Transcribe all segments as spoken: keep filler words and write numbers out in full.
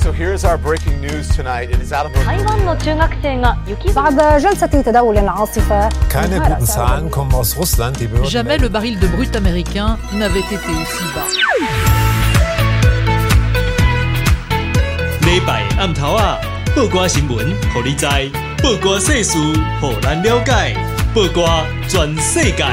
so here's our breaking news tonight. It is out of 台湾的中学生啊 بعد جلسة تداول العاصفة Keine guten Zahlen kommen aus Russland. Die Behörden Jamais le baril de brut américain n'avait été aussi bas. 礼拜暗头啊，报歌新闻，互你知；报歌世事，互咱了解。报歌全世界。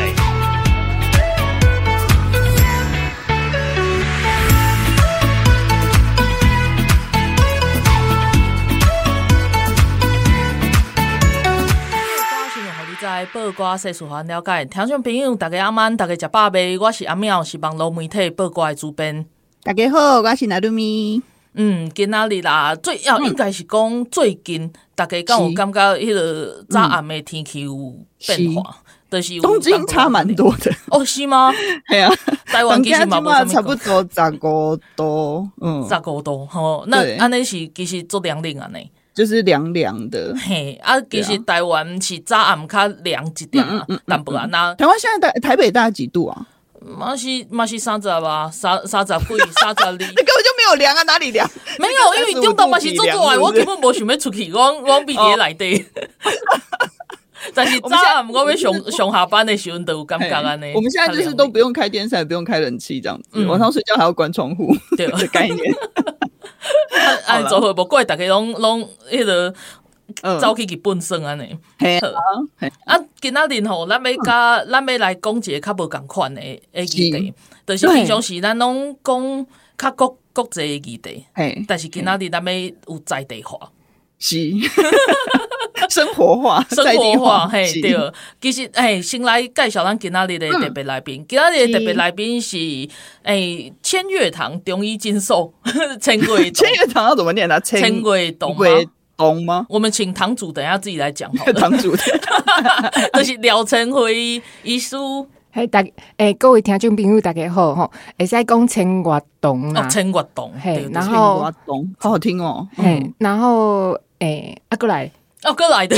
在报歌世事环了解，听众朋友大家晚安，大家食饱未？我是阿妙，是网络媒体报歌的主编。 大家好，我是纳鲁咪。 嗯，今仔日啦，最要应该是讲最近，大家敢有感觉迄个早暗的天气有变化？就是有东京差蛮多的哦，是吗？ 系啊， 台湾其实嘛无差不多十五度，嗯， 十五度吼。那安尼是其实做凉凉安尼。 就是凉凉的， 嘿啊！其实台湾是早暗较凉一点啊，淡薄啊。那台湾现在台台北大概几度啊？ 嘛是嘛是三十吧，三三十几，三十二。你根本就没有凉啊，哪里凉？ 没有，因为中岛嘛是做做的，我根本无想要出去，我我闭伫内底。但是早暗我要上上下班的时候都有感觉安尼。 我们现在就是都不用开电扇，不用开冷气，这样子，晚上睡觉还要关窗户，对的概念。 按做好无怪大家拢拢迄个走去日本耍安尼。啊，今仔日吼，咱要甲咱要来讲一个较无共款的诶议题，就是平常时咱拢讲较国国际的议题，但是今仔日咱要有在地化， 是生活化， 生活化，嘿，对。其实，嘿，先来介绍咱今仔日的特别来宾。今仔日的特别来宾是诶千月堂中医金寿千月千月堂要怎么念啊？ 千月堂吗？ 懂吗？ 我们请堂主等一下自己来讲好了。 堂主就是廖晨辉医师。 嘿，大诶，各位听众朋友大家好吼，会使讲千月堂啦， 哦，千月堂， 嘿，然后千月堂好好听哦， 嘿，然后诶，啊，过来。 哦，过来就是。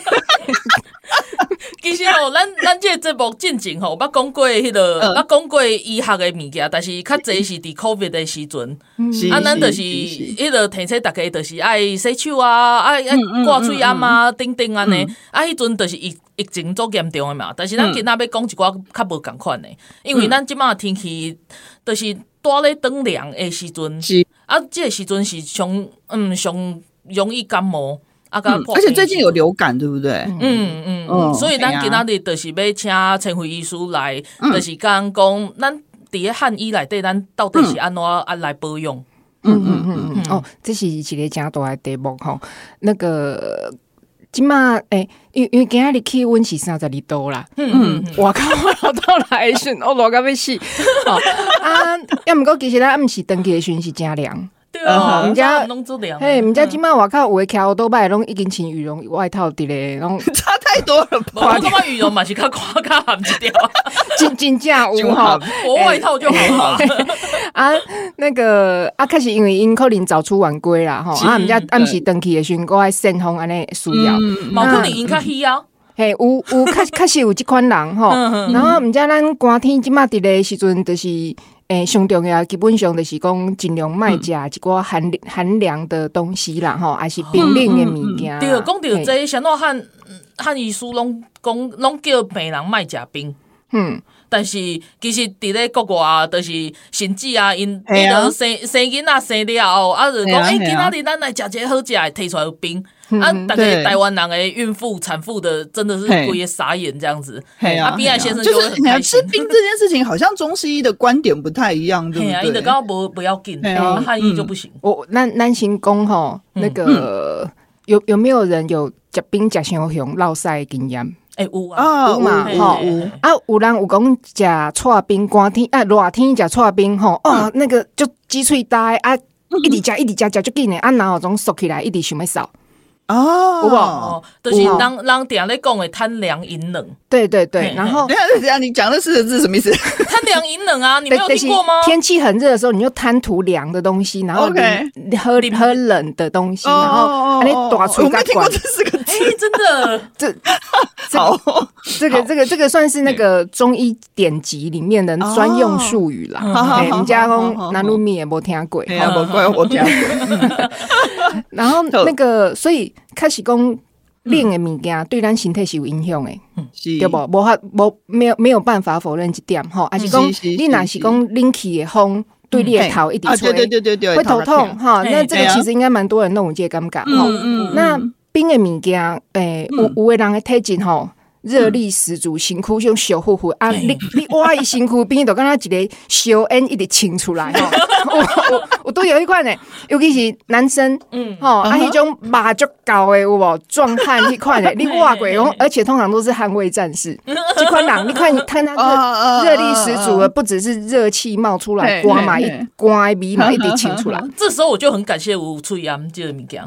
其实吼，咱咱这个节目进前吼，捌讲过迄个，捌讲过医学的物件，但是较侪是伫 COVID 的时阵，啊，咱就是迄个提醒大家，就是爱洗手啊，爱爱挂嘴暗啊，等等安尼，啊，迄阵就是疫疫情足严重的嘛。但是咱今仔要讲一寡较无共款的，因为咱即马天气就是带咧转凉的时阵，啊，这个时阵是上嗯上容易感冒。啊嗯、而且最近有流感，对不对？ 嗯嗯嗯，嗯所以咱今仔日就是要请陈辉医师来，嗯、就是讲讲咱伫个汉医内底，咱到底是安怎啊来保养？ 嗯嗯嗯嗯嗯，哦，这是一个真大的题目吼。那个即马诶，因因为今仔日气温是三十二度啦，嗯嗯，我靠，我老到来时，我热到要死。哦啊，要毋过其实咱暗时登记的时阵是真凉。 对啊，人家弄做凉， 嘿，人家今麦外口有的骑欧多拜，拢已经穿羽绒外套伫咧，拢差太多了吧？ 我感觉羽绒嘛是较夸较含一条， 真真正有哈， 我外套就好好啊。那个啊，确实因为因可能早出晚归啦，吼，啊，人家暗时登记的时阵，我爱扇风安尼需要， 毛可能因较虚啊。 嘿，有有确确实有即款人吼，然后毋知咱寒天即马伫咧时阵，就是诶上重要，基本上就是讲尽量莫食一寡寒寒凉的东西啦，吼，还是冰冷的物件。 对，讲到这，啥怎汉汉医师拢讲拢叫病人莫食冰，嗯。但是其实伫咧国外，就是甚至啊，因伊就生生囡仔生了后，啊就讲，诶，今仔日咱来食一个好食的，摕出来有冰。啊，大概台湾人的孕妇、产妇的真的是规个傻眼这样子。啊，冰爱先生就会很开心。 吃冰这件事情，好像中西医的观点不太一样，对不对？ 你的刚刚不不要紧，汉医就不行。 我咱咱先讲吼，那个有有没有人有食冰食伤凶落屎经验？ 诶、欸，有啊， 有嘛，吼，啊，有人有讲食搓冰，寒天啊，热天食搓冰，吼，哦，那个就鸡喙呆啊，一直食一直食食就紧的，啊，然后总缩起来，一直想要扫。 哦， 有无？哦，就是人人定咧讲的贪凉饮冷。 对对对，然后等一下等一下，你讲的四个字什么意思？ 贪凉饮冷啊，你没有听过吗？ 天气很热的时候，你就贪图凉的东西，然后喝喝冷的东西，然后你大出。 我没听过这四个字， 真的， 这好， 这个这个这个算是那个中医典籍里面的专用术语啦。哎，我们家讲南乳米也没听过， 没怪我听过。 然后那个，所以开始讲冷的物件对咱身体是有影响的，对不？无法无没有没有办法否认一点吼，还是讲你若是讲冷气的风。对你的头一直吹， 对对对对， 会头痛哈。那这个其实应该蛮多人都有这个感觉哈。那冰的物件，诶，有有的人的体质吼，热力十足，身躯像小乎乎啊！你你挖伊身躯边，就敢若一个小烟一直清出来哈。我我都有一款呢，尤其是男生，嗯，吼啊，迄种马足高的有无壮汉迄款的，你挖过，而且通常都是捍卫战士。这款人，你看看他热力十足的，不只是热气冒出来，刮嘛一刮鼻嘛一直清出来。 这时候我就很感谢有出盐这个物件。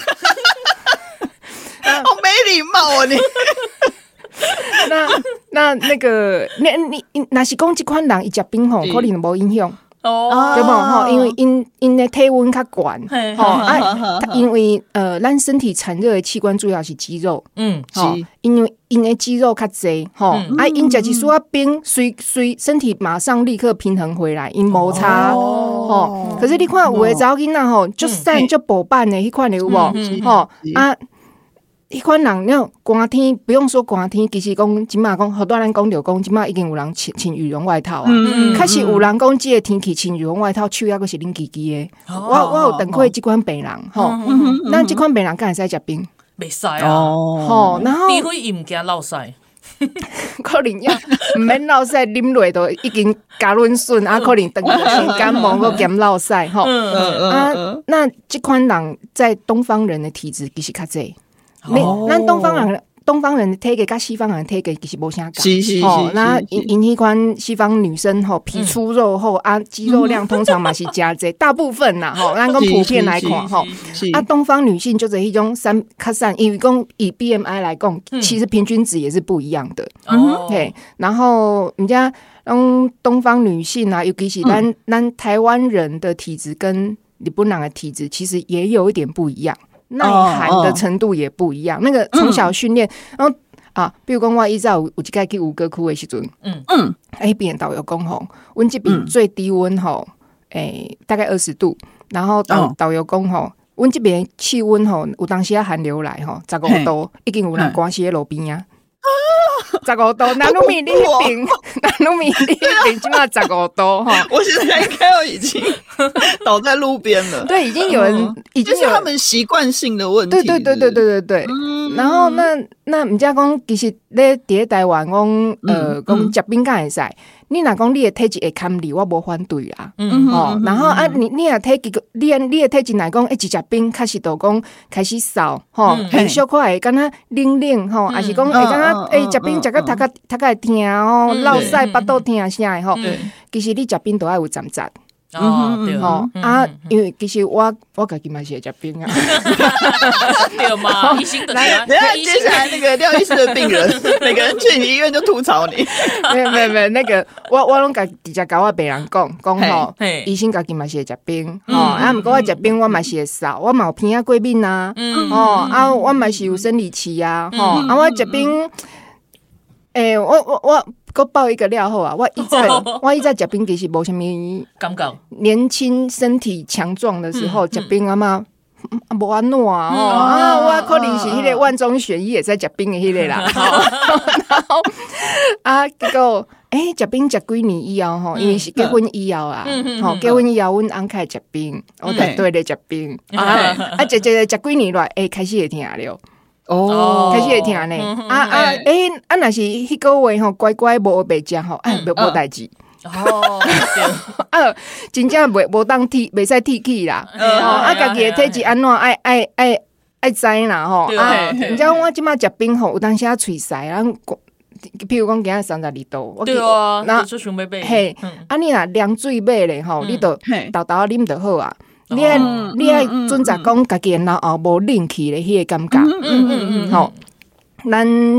好没礼貌哦你。 那那那个，你你若是讲这款人伊食冰吼，可能无影响。哦，对不吼？因为因因的体温较悬，吼啊，因为呃，咱身体产热的器官主要是肌肉，嗯，吼，因为因的肌肉较济，吼，啊，因食一束啊冰，随随身体马上立刻平衡回来，因摩擦，吼。可是你看有的查某囡仔吼，就散就薄板的迄款有无？吼啊。迄款人，那寒天不用说寒天，其实讲即马讲，好多人讲着讲，即马已经有人穿穿羽绒外套啊。开始有人讲，即个天气穿羽绒外套，手抑个是冷叽叽的。我我有等过即款病人吼，那即款病人敢会使食冰？ 袂使啊。吼，然后除非伊毋惊落屎， 可能要毋免落屎，啉落都已经加润顺啊，可能等个先感冒个兼落屎吼。啊，那即款人在东方人的体质其实较济。咱东方人，东方人的体格跟西方人的体格其实无啥共。哦，那因因迄款西方女生吼，皮粗肉厚啊，肌肉量通常嘛是加济，大部分呐吼，咱讲普遍来看吼，啊，东方女性就是迄种三较散，因为讲以 B M I 来讲，其实平均值也是不一样的。嗯，对，然后人家嗯，东方女性啊，尤其是咱咱台湾人的体质跟日本人的体质，其实也有一点不一样。耐寒的程度也不一样， oh, oh. 那个从小训练，然后啊，比如讲我以前有有一次去吴哥窟的时阵，嗯嗯，那边导游讲吼，阮这边最低温吼，诶、欸，大概二十度，然后导导游讲吼，阮这边气温吼，有当时啊寒流来吼，十五度，已经有人关死在路边啊。十五度，南鲁米你那边，南鲁米你那边起码十五度哈。 我现在应该已经倒在路边了。 对，已经有人，嗯、已经有就是他们习惯性的问题是不是。 对对对对对对对。嗯、然后那那唔知讲，其实咧伫台湾讲，呃，讲食冰敢会使。你若讲你的体质会堪你，我无反对啦。嗯哦，然后啊，你你也体质，你你的体质来讲，一直食冰，开始就讲开始扫吼，很小可会敢若冷冷吼，还是讲会敢若诶食冰食到头壳头壳会痛吼，落屎巴肚痛啥的吼。其实你食冰都爱有站站。 哦，对吼啊，因为其实我我家己嘛是会食冰啊， 对嘛？医生的来， 等下接下来那个廖医师的病人，每个人去你医院就吐槽你， 没有没有没有，那个我我拢甲直接甲我病人讲讲吼，医生家己嘛是会食冰，哦，啊，毋过我食冰我嘛是会扫，我嘛有鼻仔过敏啊，哦，啊，我嘛是有生理期啊，吼，啊，我食冰，诶，我我我。我爆一个料后啊！我一在我一在食冰其实无什么感觉， 年轻身体强壮的时候食冰啊嘛，无安怎啊！哦啊，我可能是迄个万中选一也在食冰的迄个啦。然后啊，结果诶，食冰食几年以后吼，因为是结婚以后啊，吼结婚以后阮翁开食冰，我就对咧食冰啊啊，食食食几年来，诶，开始会疼了。哦，开始会听呢，啊啊，诶，啊，若是迄个月吼，乖乖无白食吼，哎，无无代志。哦，啊，真正袂无当替，袂使替起啦。哦，啊，家己的体质安怎爱爱爱爱知啦吼。啊，你知道我即马食冰吼，有当时啊喙塞，然后譬如讲今仔三十二度， 对啊，那就想要买。 嘿，啊，你若凉水买咧吼，你就豆豆啉就好啊。你爱你爱准则讲家己脑后无冷气的迄个感觉，嗯嗯嗯，吼，咱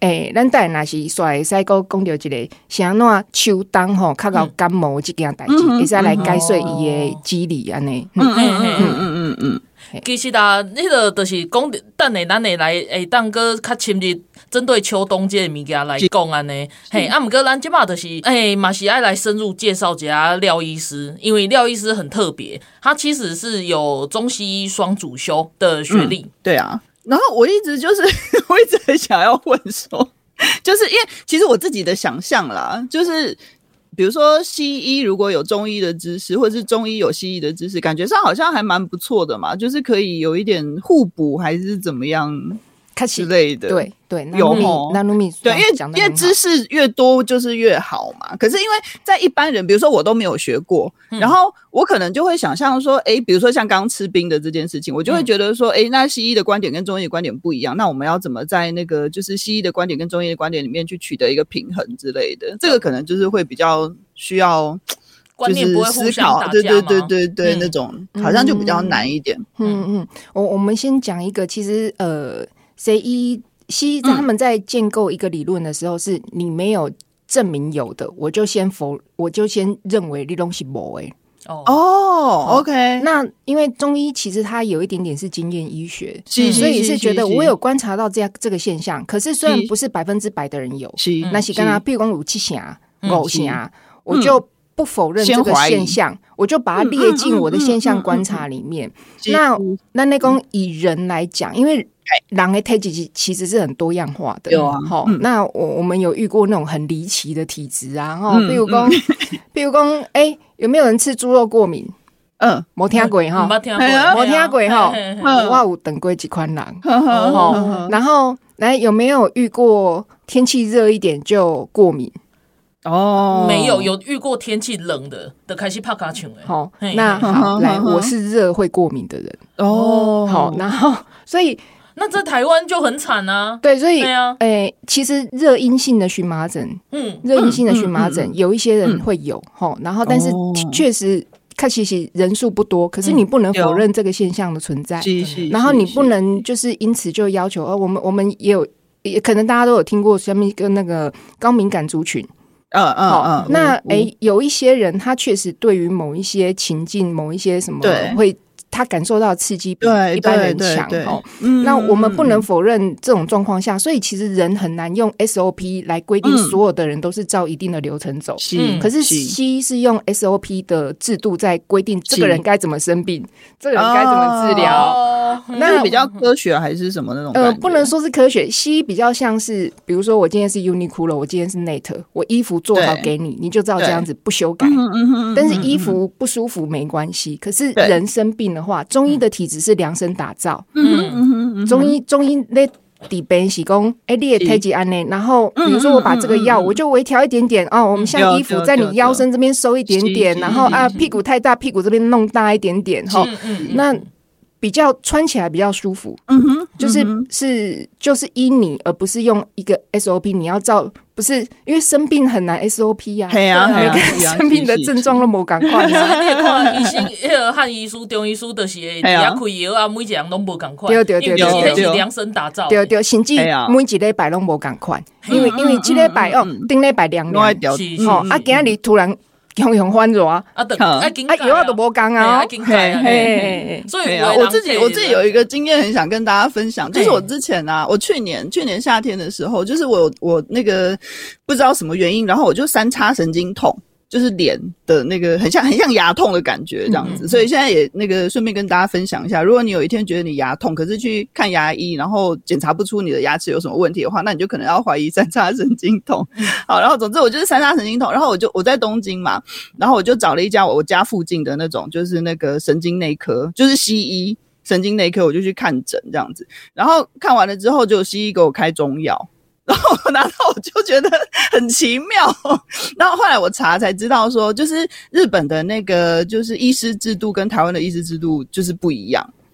诶，咱等下若是煞会使讲讲到一个是安怎秋冬吼较到感冒即件代志，会使来解说伊的机理安尼。 嗯嗯嗯嗯嗯嗯。 其实啊，迄个就是讲，等下咱会来会当个较深入针对秋冬这个物件来讲安尼。嘿，啊，毋过咱即马就是，诶，嘛是爱来深入介绍一下廖医师，因为廖医师很特别，他其实是有中西医双主修的学历。 嗯、对啊，然后我一直就是我一直很想要问说，就是因为其实我自己的想象啦，就是。比如说西医如果有中医的知识，或者是中医有西医的知识，感觉上好像还蛮不错的嘛，就是可以有一点互补还是怎么样之类的。 对对， 有那努米对，因为因为知识越多就是越好嘛。可是因为在一般人，比如说我都没有学过，嗯、然后我可能就会想象说，哎，比如说像刚吃冰的这件事情，我就会觉得说，哎、嗯，那西医的观点跟中医的观点不一样，那我们要怎么在那个就是西医的观点跟中医的观点里面去取得一个平衡之类的？这个可能就是会比较需要。 观念不会互相打架吗？ 对对对对对，嗯、那种好像就比较难一点。 嗯嗯，我我们先讲一个，其实呃，西医西医他们在建构一个理论的时候，是你没有证明有的，我就先否，我就先认为你东西没诶。 哦哦 ，OK。 那因为中医其实它有一点点是经验医学，所以是觉得我有观察到这样这个现象。可是虽然不是百分之百的人有，那是跟他譬如讲有七成、五成，我就。不否认这个现象，我就把它列进我的现象观察里面。那那那讲以人来讲，因为人的体质其实是很多样化的， 有啊。 嗯、那我我们有遇过那种很离奇的体质啊，哈、嗯，比如讲，比如讲，哎、欸，有没有人吃猪肉过敏？嗯，没听过哈， 没听过，没听过哈。我有等过几款人，然后来有没有遇过天气热一点就过敏？ 哦， 没有，有遇过天气冷的的开始拍卡球哎。 好，那好，来，我是热会过敏的人。哦，好，然后所以那在台湾就很惨啊。 对，所以对啊， 诶，其实热阴性的荨麻疹，嗯，热阴性的荨麻疹有一些人会有哈，然后但是确实。看其实人数不多，可是你不能否认这个现象的存在。然后你不能就是因此就要求，呃，我们我们也有，也可能大家都有听过下面一个那个高敏感族群。 嗯嗯嗯， 那诶、欸，有一些人他确实对于某一些情境、某一些什么会。他感受到刺激比一般人强哦，那我们不能否认这种状况下，所以其实人很难用 S O P 来规定所有的人都是照一定的流程走。 嗯、 可是西医是用 S O P 的制度在规定这个人该怎么生病，这个人该怎么治疗。 哦、那是比较科学还是什么那种？呃， 不能说是科学，西医比较像是，比如说我今天是 Uniqlo， 我今天是 Net， 我衣服做好给你，你就照这样子不修改。但是衣服不舒服没关系，可是人生病了。话中医的体质是量身打造，嗯，中医中医咧底边是讲，哎，你的体质安内，然后比如说我把这个药，我就微调一点点哦，我们像衣服在你腰身这边收一点点，然后啊屁股太大，屁股这边弄大一点点哈，那比较穿起来比较舒服，嗯哼，就是是就是依你，而不是用一个 S O P， 你要照。不是因为生病很难 S O P 啊， 对啊， 每个生病的症状都无同款。 你看医生，迄个汉医师、中医师，就是会底下开药啊，每一样拢无同款。 对对对对， 因为是量身打造。 对对，甚至每一礼拜拢无同款，因为因为这礼拜哦，顶礼拜凉凉，哦，啊，今日突然。用用翻热啊， 啊，啊， 药啊都无讲啊， 嘿嘿，所以我自己我自己有一个经验很想跟大家分享，就是我之前啊，我去年去年夏天的时候，就是我我那个不知道什么原因，然后我就三叉神经痛。就是脸的那个很像很像牙痛的感觉这样子，嗯、所以现在也那个顺便跟大家分享一下，如果你有一天觉得你牙痛，可是去看牙医，然后检查不出你的牙齿有什么问题的话，那你就可能要怀疑三叉神经痛。好，然后总之我就是三叉神经痛，然后我就我在东京嘛，然后我就找了一家我家附近的那种就是那个神经内科，就是西医神经内科，我就去看诊这样子，然后看完了之后就西医给我开中药。然后我拿到我就觉得很奇妙，然后后来我查才知道说，就是日本的那个就是医师制度跟台湾的医师制度就是不一样。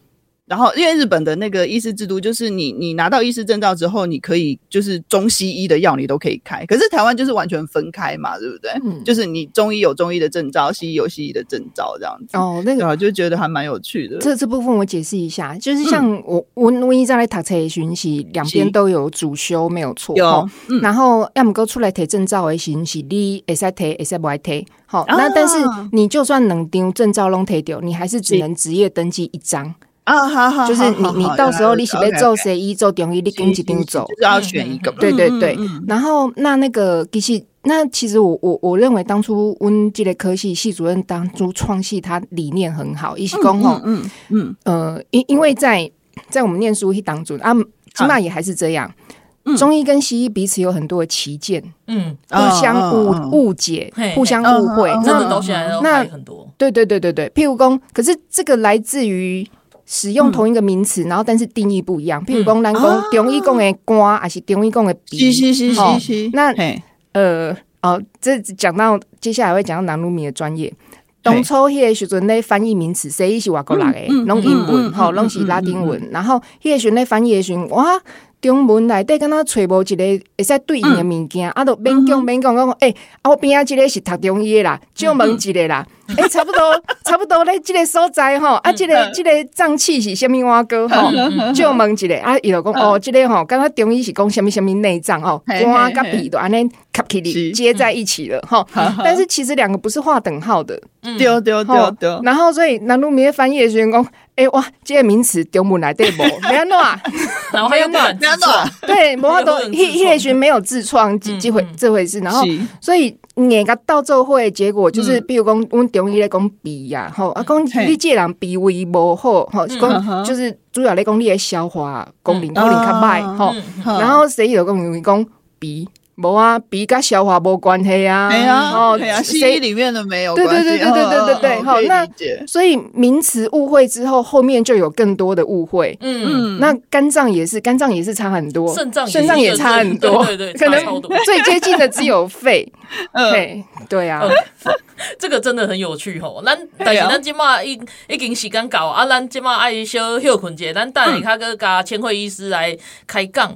然后因为日本的那个医师制度就是你你拿到医师证照之后，你可以就是中西医的药你都可以开，可是台湾就是完全分开嘛，对不对？嗯，就是你中医有中医的证照，西医有西医的证照这样子。哦，那个就觉得还蛮有趣的。 这这部分我解释一下，就是像我我我一在来读册的时候是两边都有主修没有错，有、嗯，然后要么go出来提证照的时候是你可以提可以不可以提，好、啊，那但是你就算两张证照都提到，你还是只能职业登记一张。啊，好好，就是你你到时候你是要做西医做中医，你跟一张走， 就是要选一个。 对对对，然后那那个其实那其实我我我认为当初我们这个科系系主任当初创系他理念很好，伊是讲吼，嗯嗯呃，因因为在在我们念书当中啊，起码也还是这样。中医跟西医彼此有很多的歧见，嗯，互相误误解，互相误会， 真的都现在都还很多。 对对对对对，譬如说，可是这个来自于。使用同一个名词，然后但是定义不一样。譬如讲，咱讲中医讲的肝，还是中医讲的鼻？ 是是是是是。 那呃哦，这讲到接下来会讲到南鲁米的专业。当初迄个时阵咧翻译名词，西医是外国来的，拢英文，吼，拢是拉丁文。然后迄个时阵咧翻译的时阵，哇！中文内底敢若找无一个会使对应的物件，啊，都免讲免讲讲，诶，啊，我边仔即个是读中医的啦，就问一个啦，诶，差不多差不多咧，即个所在吼，啊，即个即个脏器是虾米碗糕吼，就问一个，啊，伊就讲哦，即个吼，敢若中医是讲虾米虾米内脏吼，肝甲脾都安尼卡起哩接在一起了吼，但是其实两个不是划等号的， 对对对对。 然后所以南鲁米翻译的时阵讲。哎、欸、哇，这个名词中文内底无，没安怎， 然后还有乱字创， 对，无法度，迄迄个时没有自创这这回这回事，然后所以眼个到做会结果就是，比如讲，阮中医咧讲鼻呀，吼啊，讲你这人鼻胃无好，吼，讲就是主要咧讲你的消化功能可能较歹，吼，然后谁有讲容易讲鼻。无啊，鼻跟消化没关系啊。 对啊，哦，对啊，西医里面的没有关系。 对对对对对对对对。好，那所以名词误会之后，后面就有更多的误会。嗯，那肝脏也是，肝脏也是差很多， 肾脏肾脏也差很多， 对对， 可能最接近的只有肺。对对啊， 这个真的很有趣吼。咱但是咱今嘛已已经时间到啊，咱今嘛爱小休困者，咱等下较个加千惠医师来开讲。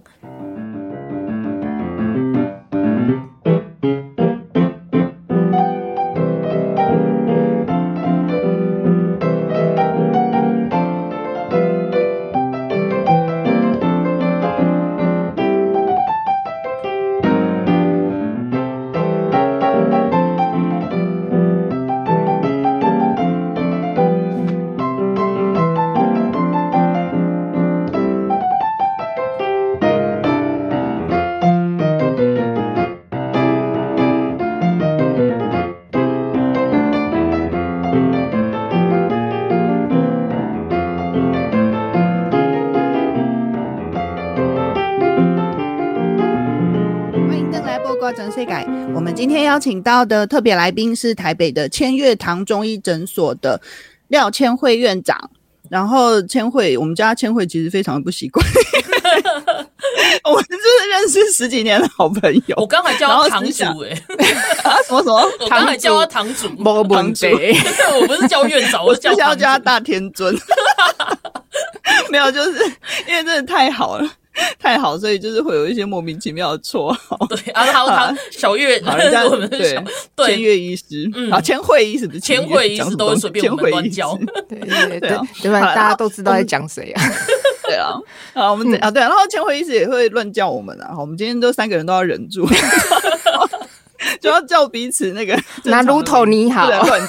我们今天邀请到的特别来宾是台北的千悦堂中医诊所的廖千惠院长。然后千惠，我们家千惠其实非常的不习惯我们就是认识十几年的好朋友。 我刚才叫他堂主哎、欸啊，什么什么？ 我刚才叫他堂主， 没问题。 我不是叫院长，我是叫堂主， 要叫他大天尊。没有，就是因为真的太好了。太好，所以就是会有一些莫名其妙的绰号。 对，然后他小月， 好人家我们对千悦医师，嗯，啊，千惠医师不是千惠医师，都会随便我们乱叫。 对对对，对吧？大家都知道在讲谁啊？ 对啊，好，我们啊对，然后千惠医师也会乱叫我们啊。好，我们今天都三个人都要忍住，就要叫彼此那个。 那卢头你好，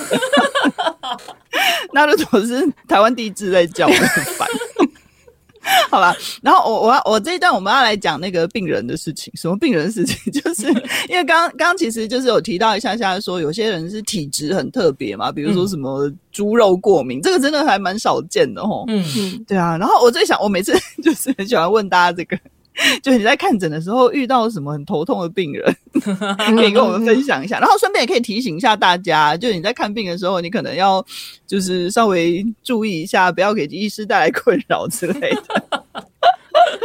那卢头是台湾地质在叫，我很烦。好吧，然后我我要我这一段我们要来讲那个病人的事情。什么病人的事情？就是因为刚刚刚其实就是有提到一下下说有些人是体质很特别嘛，比如说什么猪肉过敏，嗯、这个真的还蛮少见的齁。嗯嗯，对啊。然后我最想，我每次就是很喜欢问大家这个。就你在看诊的时候遇到什么很头痛的病人可以跟我们分享一下，然后顺便也可以提醒一下大家，就你在看病的时候你可能要就是稍微注意一下，不要给医师带来困扰之类的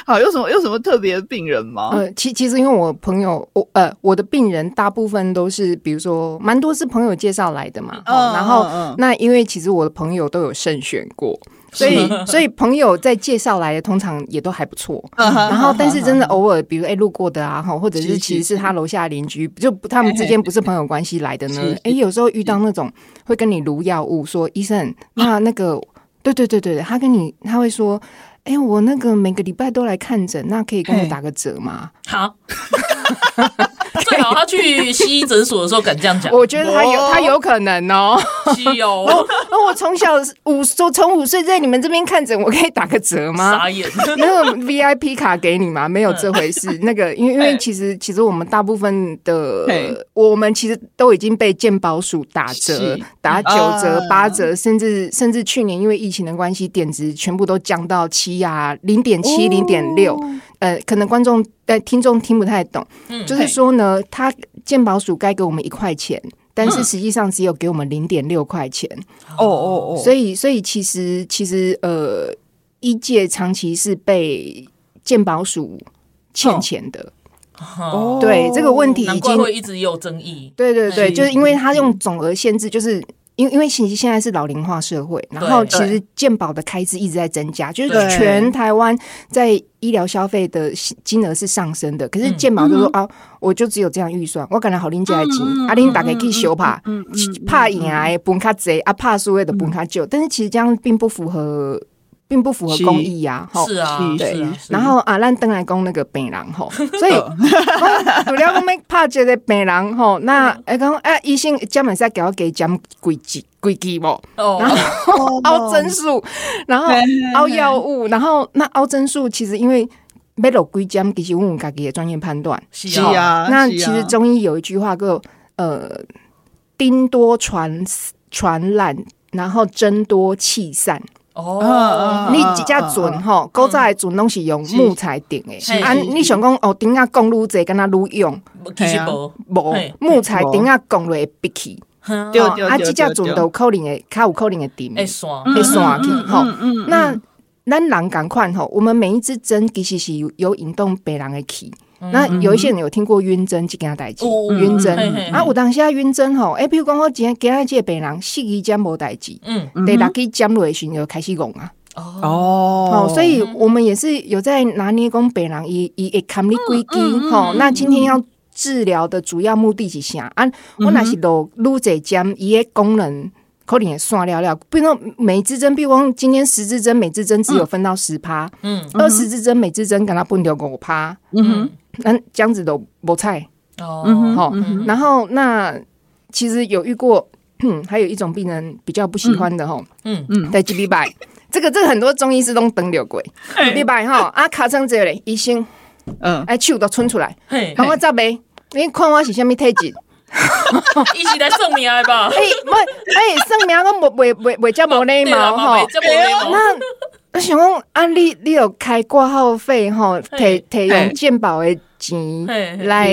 好，有什么有什么特别的病人吗？ 呃，其其实因为我朋友，我呃我的病人大部分都是，比如说蛮多是朋友介绍来的嘛，嗯、然后、嗯、那因为其实我的朋友都有慎选过。所以，所以朋友在介绍来的，通常也都还不错。然后，但是真的偶尔，比如哎路过的啊，或者是其实是他楼下邻居，就他们之间不是朋友关系来的呢。哎，有时候遇到那种会跟你卢药物，说医生，那那个，对对对对，他跟你他会说，哎，我那个每个礼拜都来看诊，那可以跟我打个折吗？ 好。最好他去西医诊所的时候敢这样讲， 我觉得他有他有可能哦。 西哦， 我我从小五从五岁在你们这边看诊，我可以打个折吗？ 傻眼， 那个 V I P 卡给你吗？没有这回事。那个因为因为其实其实我们大部分的我们其实都已经被健保署打折，打九折、八折，甚至甚至去年因为疫情的关系，点值全部都降到七啊，零点七、零点六。呃，可能观众呃听众听不太懂，嗯、就是说呢，他健保署该给我们一块钱，但是实际上只有给我们零点六块钱。 哦哦哦， 所以所以其实其实呃，医界长期是被健保署欠钱的。哦，对，这个问题已经难怪会一直有争议。 对对对，就是因为他用总额限制，就是。因为因为其实现在是老龄化社会，然后其实健保的开支一直在增加，就是全台湾在医疗消费的金额是上升的，可是健保就说、嗯、啊，我就只有这样预算，我可能好拎这来钱，啊拎大概可以修怕，怕赢啊分较济，啊怕输的就分较少，但是其实这样并不符合。并不符合公益呀、啊， 是啊， 对。 是啊是然后啊，咱登来讲那个病人吼，所以除了我们怕这个病人吼，那哎讲哎医生专门是给我给讲规矩规矩不？哦，然后凹针数，然后凹药物，然后那凹针数其实因为要落几针，其实我们自己的专业判断是啊。 那其实中医有一句话叫呃，丁多传传染，然后针多气散。哦，你一只船吼，古早的船拢是用木材顶的，啊，你想讲哦，顶啊讲愈济，敢若愈用， 其实无无木材顶啊讲落会闭起， 对对啊，这只船都有可能会，较有可能会沉， 会散， 会散去吼。那咱人同款吼，我们每一支针其实是有引动别人的气。那有一些人有听过晕针这件代志，晕针啊，有当时啊晕针吼，哎，比如讲我今天今日这个病人四支针无代志，嗯，第六支针落时就开始戆啊，哦，所以我们也是有在拿捏讲病人伊伊会看你几支吼，那今天要治疗的主要目的是啥啊？我若是落愈侪针，伊的功能。可能也算了了，比如说每支针，比如说今天十支针，每支针只有分到十趴，嗯，二十支针，每支针跟他分掉五趴，嗯哼，那这样子都没菜哦，好、嗯，然后那其实有遇过，嗯，还有一种病人比较不喜欢的哈，嗯嗯，在几礼拜，这个这个很多中医师都等了过，几礼拜哈啊卡成这个嘞，医生，嗯，哎手都伸出来，帮我照呗，你看我是什么体质？ 一起来算命的吧？ 哎、欸，不，哎、欸，算命我袂袂袂遮无礼貌吼。那我想讲，啊，你你有开挂号费吼，摕摕用健保的钱来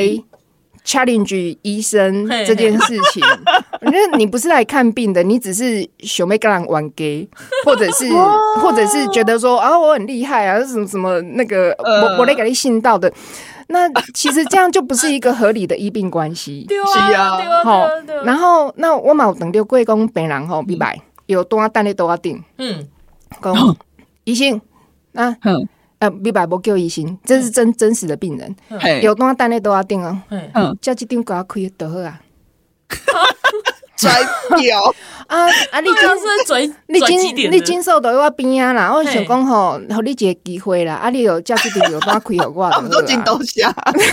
challenge 医生这件事情。我觉得你不是来看病的，你只是想要跟人玩 gay， 或者是或者是觉得说啊，我很厉害啊，什么什么那个，我我来给你信道的。那其实这样就不是一个合理的医病关系， 对啊，对啊， 好，然后那我嘛有等到过讲病人吼，明白有单等咧多啊顶，嗯，讲医生啊，呃，明白无叫医生，这是真真实的病人，有单等咧多啊顶哦，嗯，叫这张给我开就好啊。 拽掉啊啊！你今你今你今受到我边啊啦，我想讲吼，互你一个机会啦。啊，你有叫这条有单开互我， 他们都进刀下。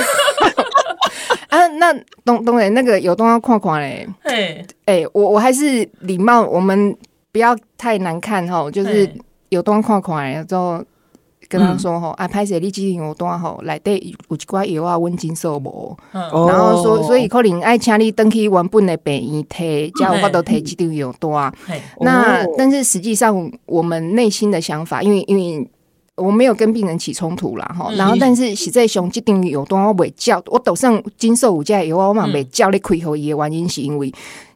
啊，那当当然那个有东要看看嘞。哎哎，我我还是礼貌，我们不要太难看吼，就是有东看看嘞，之后跟他说吼，啊，歹势你这有单吼，内底有一寡药啊，阮真受无，然后所所以可能爱请你登去原本的病院摕，才有法度摕这张药单。那但是实际上我们内心的想法，因为因为我没有跟病人起冲突啦哈，然后但是实在上这张药单我袂照，我手上经受有这药我嘛袂照你开互伊的原因是因为。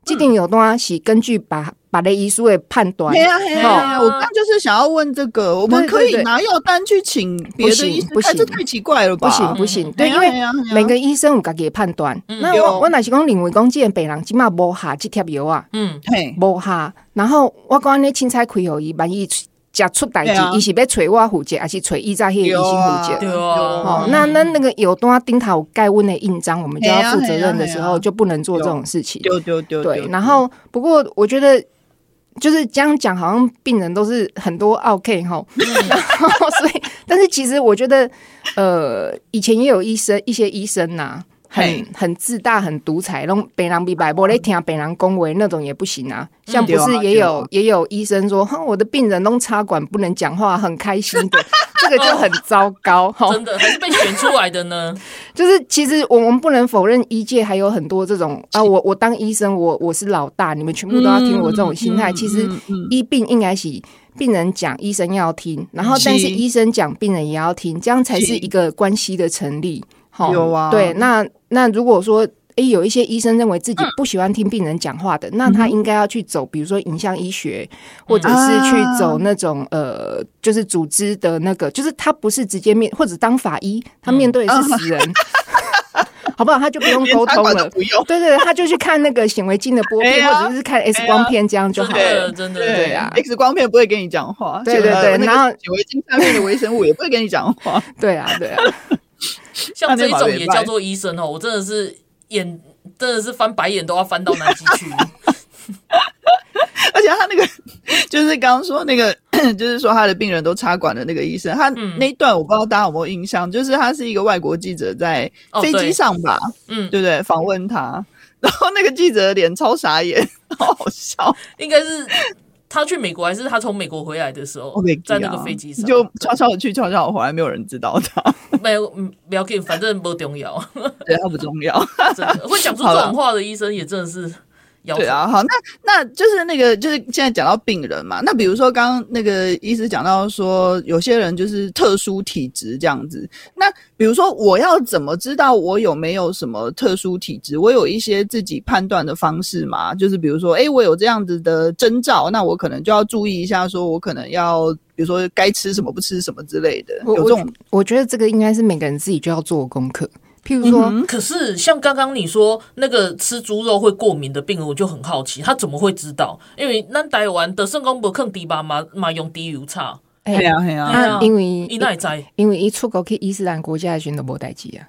这张药单是根据把把的医师的判断。 对啊，对啊，我刚就是想要问这个，我们可以拿药单去请别的医师开，这太奇怪了吧？ 不行不行，对，因为每个医生有自己的判断。那我我若是讲认为讲，这个病人即马无下这贴药啊，嗯，无下，然后我讲你凊彩开互伊，万一假出代志，伊是要找我负责，还是找伊在迄个医生负责？ 对啊， 哦，那那那个药单顶头有盖温的印章，我们就要负责任的时候，就不能做这种事情。 丢丢丢， 对。然后，不过我觉得就是这样讲，好像病人都是很多 OK 哈，然后所以，但是其实我觉得，呃，以前也有医生一些医生呐、啊。很很自大很独裁，弄病人比白无咧听病人恭维那种也不行啊。像不是也有、嗯、也有医生说，哼，我的病人弄插管不能讲话，很开心的，这个就很糟糕。 真的还是被选出来的呢？ 就是其实我们不能否认，医界还有很多这种啊，我我当医生，我我是老大，你们全部都要听我这种心态。嗯、其实医病应该是病人讲，医生要听，然后但是医生讲，病人也要听，这样才是一个关系的成立。 有啊， 对，那那如果说，哎，有一些医生认为自己不喜欢听病人讲话的，嗯、那他应该要去走，比如说影像医学，或者是去走那种、嗯、呃，就是组织的那个，就是他不是直接面，或者当法医，他面对的是死人。嗯好不好？他就不用沟通了，对对，他就去看那个显微镜的玻片，或者是看 X 光片，这样就好了。 真的， 对啊 ，X 光片不会跟你讲话， 对对对，然后显微镜上面的微生物也不会跟你讲话， 对啊对啊。 像这一种也叫做医生哦，我真的是眼真的是翻白眼都要翻到南极去。 而且他那个就是刚刚说那个，就是说他的病人都插管的那个医生，他那一段我不知道大家有没有印象，就是他是一个外国记者在飞机上吧，嗯、哦，对不对？访问他，然后那个记者的脸超傻眼，好好笑， 应该是。他去美国还是他从美国回来的时候， okay, 在那个飞机上就悄悄的去，悄悄的回来，没有人知道他。 没有，不要紧，反正不重要。 对，他不重要。 真的会讲出这种话的医生也真的是。 对啊，好，那那就是那个，就是现在讲到病人嘛，那比如说刚刚那个医师讲到说，有些人就是特殊体质这样子。那比如说，我要怎么知道我有没有什么特殊体质？我有一些自己判断的方式嘛？就是比如说，哎，我有这样子的征兆，那我可能就要注意一下，说我可能要，比如说该吃什么不吃什么之类的。有这种， 我, 我觉得这个应该是每个人自己就要做功课。譬如说、嗯， 可是像刚刚你说那个吃猪肉会过敏的病人，我就很好奇，他怎么会知道？因为咱台湾的肾功不坑低吧嘛嘛用低油叉， 哎呀哎呀， 啊、因为伊哪会知？ 因为伊出国去伊斯兰国家的时候都无代志啊。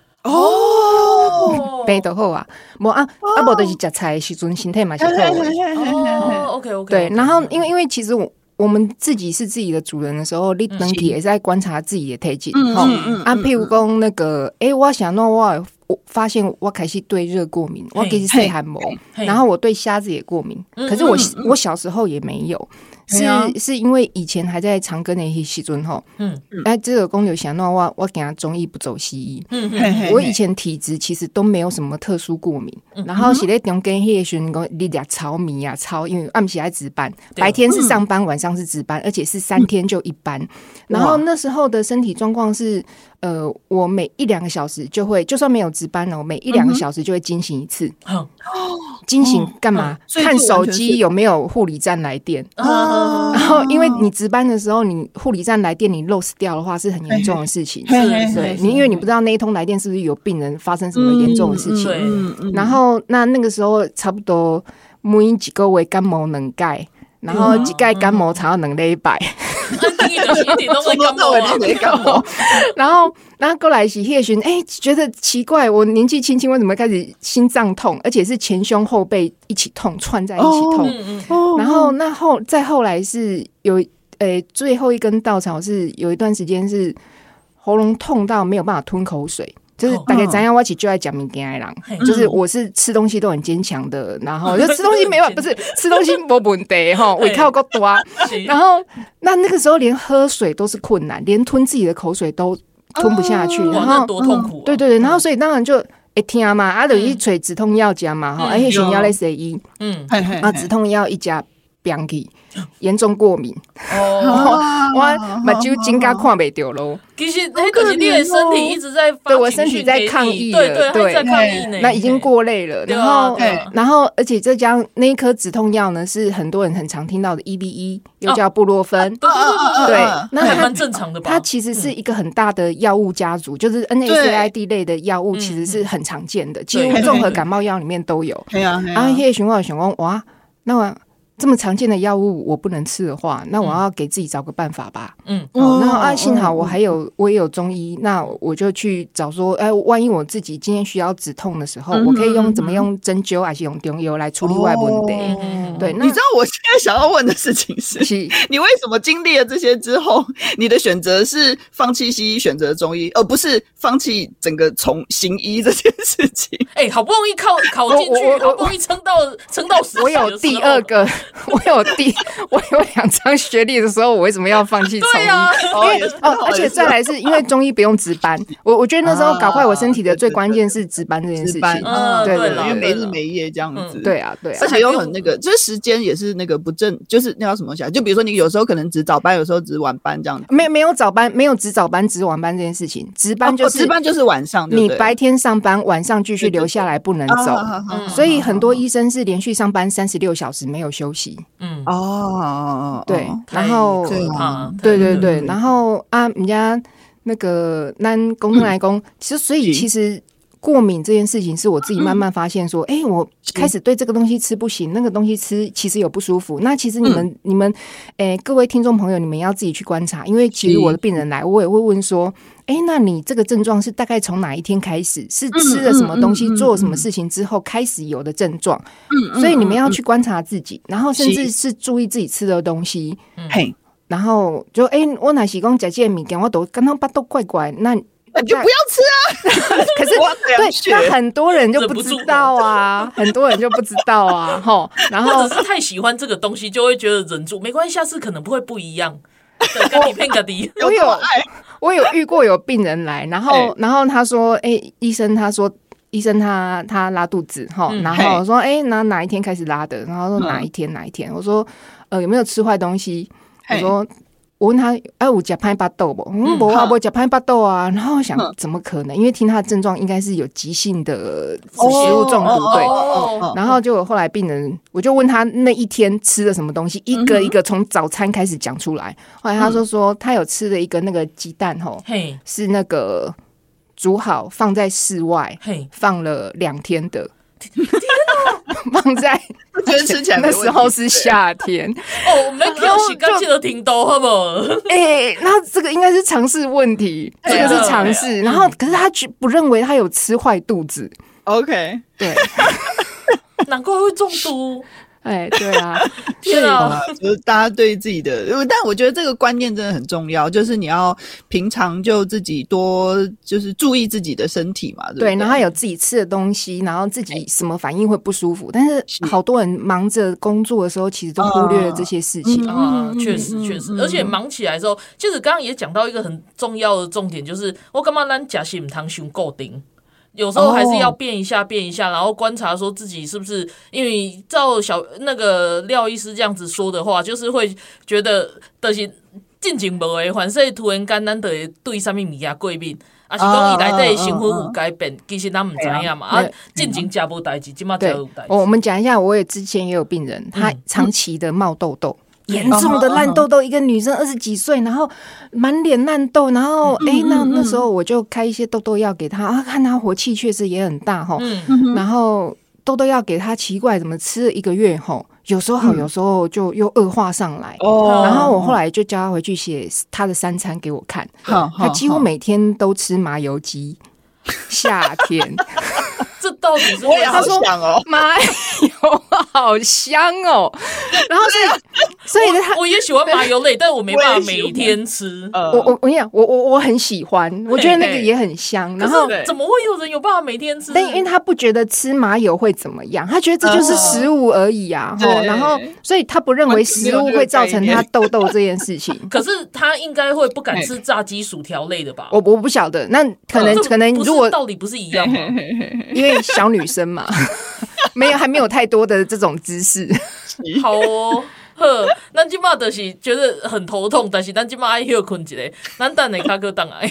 哦， 病就好啊，无啊啊无就是食菜的时阵身体嘛是好的。 哦 ，OK OK， 对，然后因为因为其实我。我们自己是自己的主人的时候，你能体也是在观察自己的体质。嗯嗯嗯。啊，譬如讲那个，哎、欸，我想到我我发现我开始对热过敏，我其实是汗毛，然后我对虾子也过敏，可是我我小时候也没有。是是因为以前还在长庚的那些时阵吼，嗯，哎，这个公牛想到我我给他中医不走西医，嗯嗯，我以前体质其实都没有什么特殊过敏，嗯、然后是在中庚那时阵讲你俩糙米啊糙，因为暗时还值班，白天是上班，晚上是值班，而且是三天就一班，嗯、然后那时候的身体状况是。呃，我每一两个小时就会，就算没有值班了，我每一两个小时就会惊醒一次。嗯、惊醒干嘛？嗯、看手机有没有护理站来电。哦、然后，因为你值班的时候，你护理站来电，你 lost 掉的话是很严重的事情。 嘿嘿嘿对，你因为你不知道那一通来电是不是有病人发生什么严重的事情。嗯嗯、然后，那那个时候差不多每几个月感冒两盖，然后几盖感冒才要两礼拜。然后，然后过来是叶巡，哎，觉得奇怪，我年纪轻轻为什么开始心脏痛，而且是前胸后背一起痛，串在一起痛。哦、然后，那后再后来是有，呃，最后一根稻草是有一段时间是喉咙痛到没有办法吞口水。就是大概知道我其实就爱讲物件的人，嗯、就是我是吃东西都很坚强的，然后就吃东西没办法，不是吃东西没问题哈，胃口够大，然后那那个时候连喝水都是困难，连吞自己的口水都吞不下去， 哦、 然后多痛苦、啊嗯！ 对对对，然后所以当然就会听嘛，啊，就一吹止痛药加嘛，哈、嗯，而且选药类谁医，嗯，啊，止痛药一加。严重过敏， 哦， 我目睭真甲看袂到咯。 其实那可是你的身体一直在发， 对我身体在抗议了， 对对对，在抗议呢。 那已经过累了，然后然后而且这张那一颗止痛药呢，是很多人很常听到的 E V E， 又叫布洛芬， 对对对，那还蛮正常的吧？ 它其实是一个很大的药物家族，就是 N S A I D 类的药物，其实是很常见的，几乎综合感冒药里面都有。 对啊， 然后那些循环想说，哇，那我。这么常见的药物我不能吃的话，那我要给自己找个办法吧。嗯，好，然后啊，幸好我还有我也有中医，那我就去找说，哎，万一我自己今天需要止痛的时候，我可以用怎么用针灸还是用中药来处理外问题。对，那你知道我现在想要问的事情是，你为什么经历了这些之后，你的选择是放弃西医，选择中医，而不是放弃整个从行医这件事情？ 哎，好不容易考考进去，好不容易撑到撑到实习的时候， 我有第二个。我有第我有两张学历的时候，我为什么要放弃中医？ 对啊， 因为哦，而且再来是因为中医不用值班，我我觉得那时候搞坏我身体的最关键是值班这件事情。 嗯，对对，因为没日没夜这样子。 对啊，对啊， 而且又很那个，就是时间也是那个不正，就是那叫什么讲？就比如说你有时候可能值早班，有时候值晚班这样子。 没没有早班，没有值早班、值晚班这件事情。值班就是值班就是晚上， 你白天上班，晚上继续留下来不能走。所以很多医生是连续上班三十六小时没有休息。嗯哦， 对，然后对对对，然后啊，人家那个咱公众来讲，其实所以其实过敏这件事情是我自己慢慢发现说，哎、欸，我开始对这个东西吃不行，那个东西吃其实有不舒服。那其实你们、嗯、你们，哎、欸，各位听众朋友，你们要自己去观察，因为其实我的病人来，我也会问说。哎，那你这个症状是大概从哪一天开始？是吃了什么东西、嗯嗯嗯、做了什么事情之后开始有的症状？嗯嗯，所以你们要去观察自己，然后甚至是注意自己吃的东西。嘿、嗯，然后就哎，我哪是讲吃这个物件，我都刚刚巴都怪怪，那你就不要吃啊！ 可是对，那很多人就不知道啊，很多人就不知道啊，吼，然后或者是太喜欢这个东西，就会觉得忍住，没关系，下次可能不会不一样。咖喱片咖喱， 我有我有遇过有病人来，然后、欸、然后他说，哎、欸，医生他说医生他他拉肚子哈、嗯，然后我说，哎、欸，哪哪一天开始拉的？然后说哪一天、嗯、哪一天？我说，呃，有没有吃坏东西？我说。我问他，哎，有吃歹巴豆不？嗯，没啊，没吃歹巴豆啊。然后我想，怎么可能？因为听他的症状，应该是有急性的食物中毒，对。哦、然后就后来病人，我就问他那一天吃了什么东西，一个一个从早餐开始讲出来。后来他说说，他有吃了一个那个鸡蛋，吼，是那个煮好放在室外，放了两天的。放在觉得吃起来那时候是夏天哦，没有洗干净的挺多，好不好？ 哎、欸，那这个应该是常识问题，这个是常识。然后，可是他不认为他有吃坏肚子。 OK， 对， 难怪会中毒。 哎，对啊， 天啊， 就是大家对自己的，但我觉得这个观念真的很重要，就是你要平常就自己多就是注意自己的身体嘛，对不对？ 对，然后有自己吃的东西，然后自己什么反应会不舒服，但是好多人忙着工作的时候，其实都忽略了这些事情啊，确实确实，而且忙起来的时候，其实刚刚也讲到一个很重要的重点，就是我干嘛咱吃是唔通伤固定。有时候还是要变一下变一下，然后观察说自己是不是，因为照小那个廖医师这样子说的话，就是会觉得就是进前无的，反正突然间咱就会对什么物件过敏，啊是讲伊内底的身份有改变，其实咱唔知影嘛，啊进前食无代志，今嘛才有代志。 我们讲一下，我也之前也有病人，他长期的冒痘痘。严重的烂痘痘，一个女生二十几岁，然后满脸烂痘，然后哎、欸，那那时候我就开一些痘痘药给她，啊，看她火气确实也很大哈，嗯、然后痘痘药给她，奇怪，怎么吃了一个月后，有时候好，有时候就又恶化上来，哦、然后我后来就叫她回去写她的三餐给我看，哦、她几乎每天都吃麻油鸡，夏天。 这到底是我也好想哦， 麻油好香哦。然后所以所以他我也喜欢麻油类，但我没办法每天吃。 我我我跟你讲，我我我很喜欢，我觉得那个也很香。然后怎么会有人有办法每天吃？ 但因为他不觉得吃麻油会怎么样，他觉得这就是食物而已啊。哦、然后所以他不认为食物会造成他痘痘这件事情。 可是他应该会不敢吃炸鸡、薯条类的吧？ 我我不晓得，那可能、嗯、可能如果道理不是一样吗？ 因为小女生嘛，没有还没有太多的这种知识。 好哦， 呵，咱即马就是觉得很头痛，但是咱即马爱休困一下，咱等下卡个等来。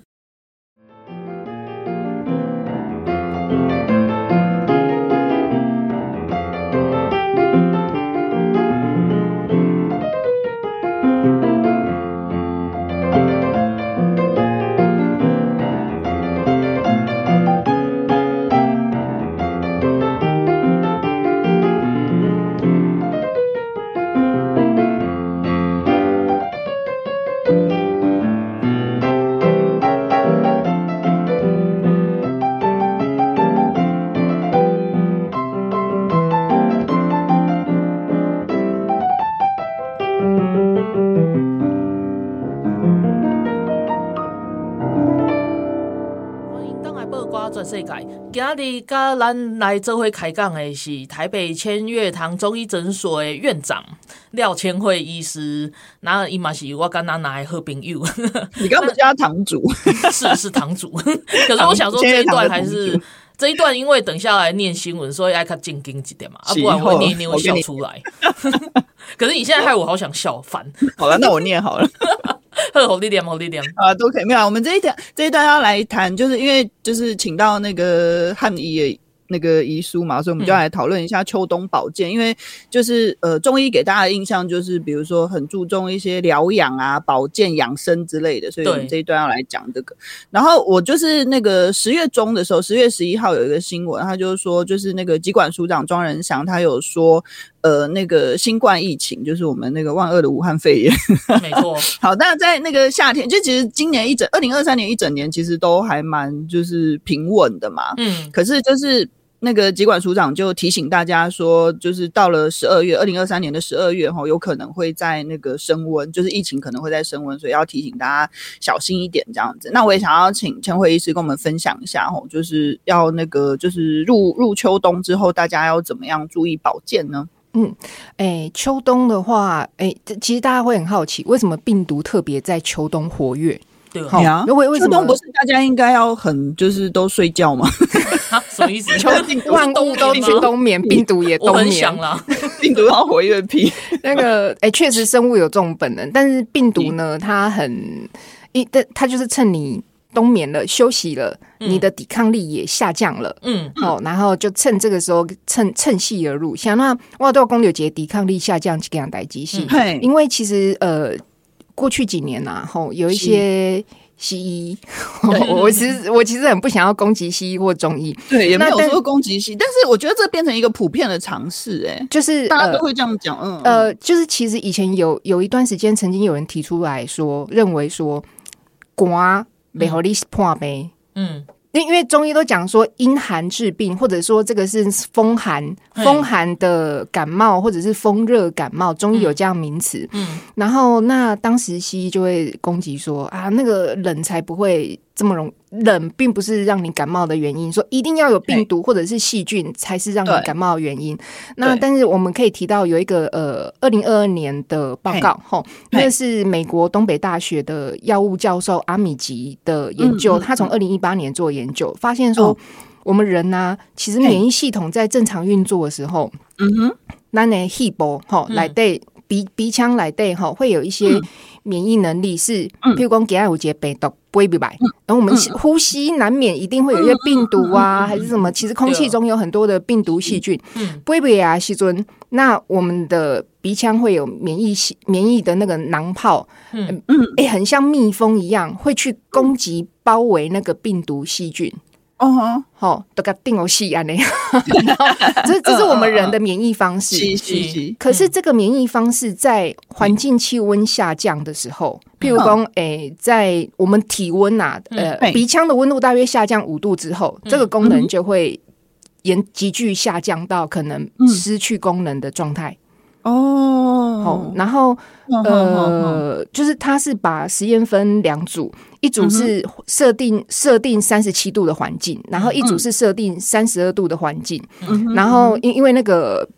全世界，今日甲咱来做伙开讲的是台北千悦堂中医诊所的院长廖千惠医师，那伊嘛是我跟娜娜的好朋友。 你刚不叫他堂主？ 是是堂主，可是我想说这一段还是这一段，因为等下来念新闻，所以爱较正经一点嘛，啊，不然我念一念会笑出来。可是你现在害我好想笑，烦。 好了，那我念好了。 好力量，好力量啊，都可以。没有，我们这一段这一段要来谈，就是因为就是请到那个汉医的那个医书嘛，所以我们就来讨论一下秋冬保健。嗯、因为就是呃，中医给大家的印象就是，比如说很注重一些疗养啊、保健、养生之类的，所以我们这一段要来讲这个。然后我就是那个十月中的时候，十月十一号有一个新闻，他就是说，就是那个疾管署长庄仁祥，他有说。呃，那个新冠疫情就是我们那个万恶的武汉肺炎， 没错。 好，那在那个夏天，就其实今年一整二零二三年一整年，其实都还蛮就是平稳的嘛。嗯，可是就是那个疾管署长就提醒大家说，就是到了十二月，二零二三年的十二月哈，有可能会在那个升温，就是疫情可能会在升温，所以要提醒大家小心一点这样子。那我也想要请千惠医师跟我们分享一下哈，就是要那个就是入入秋冬之后，大家要怎么样注意保健呢？ 嗯，哎，秋冬的话，哎，其实大家会很好奇，为什么病毒特别在秋冬活跃？ 对啊，为为什么秋冬不是大家应该要很就是都睡觉吗？ 啊，什么意思？ 秋万物都去冬眠，病毒也冬眠。 我很想啦， 病毒要活跃屁。 那个，哎，确实生物有这种本能，但是病毒呢，它很一，它就是趁你冬眠了、休息了，嗯、你的抵抗力也下降了，嗯，哦，然后就趁这个时候趁趁隙而入。像那我都要讲有节抵抗力下降，这个样代机系，嗯、因为其实呃，过去几年啊，吼有一些西医，我其实我其实很不想要攻击西医或中医， 对，也没有说攻击西医，但是我觉得这变成一个普遍的常识，哎， 就是大家都会这样讲，嗯， 呃，就是其实以前有有一段时间，曾经有人提出来说，认为说寒。没合理破病，嗯，因为中医都讲说阴寒治病，或者说这个是风寒，风寒的感冒，或者是风热感冒，中医有这样名词。嗯，然后那当时西医就会攻击说啊，那个冷才不会这么容冷，并不是让你感冒的原因，说一定要有病毒或者是细菌才是让你感冒的原因。那但是我们可以提到有一个呃，二零二二年的报告，吼，那是美国东北大学的药物教授阿米吉的研究，嗯、他从二零一八年做研究，发现说、哦、我们人呢、啊，其实免疫系统在正常运作的时候，嗯哼，咱的细胞吼来对鼻鼻腔来对吼会有一些免疫能力是，嗯、譬如讲今天有一个病毒。不会白，然后我们呼吸难免一定会有一些病毒啊，嗯、还是什么？其实空气中有很多的病毒细菌，不会白啊，细菌。那我们的鼻腔会有免疫免疫的那个囊泡，嗯嗯，哎、欸，很像蜜蜂一样，会去攻击包围那个病毒细菌。哦吼，好，都给定有戏安呢。这这是我们人的免疫方式。可是这个免疫方式在环境气温下降的时候，譬如说，诶，在我们体温啊，呃，鼻腔的温度大约下降五度之后，这个功能就会严急剧下降到可能失去功能的状态。哦，好，然后呃，就是他是把实验分两组，一组是设定设定三十七度的环境，然后一组是设定三十二度的环境，然后因因为那个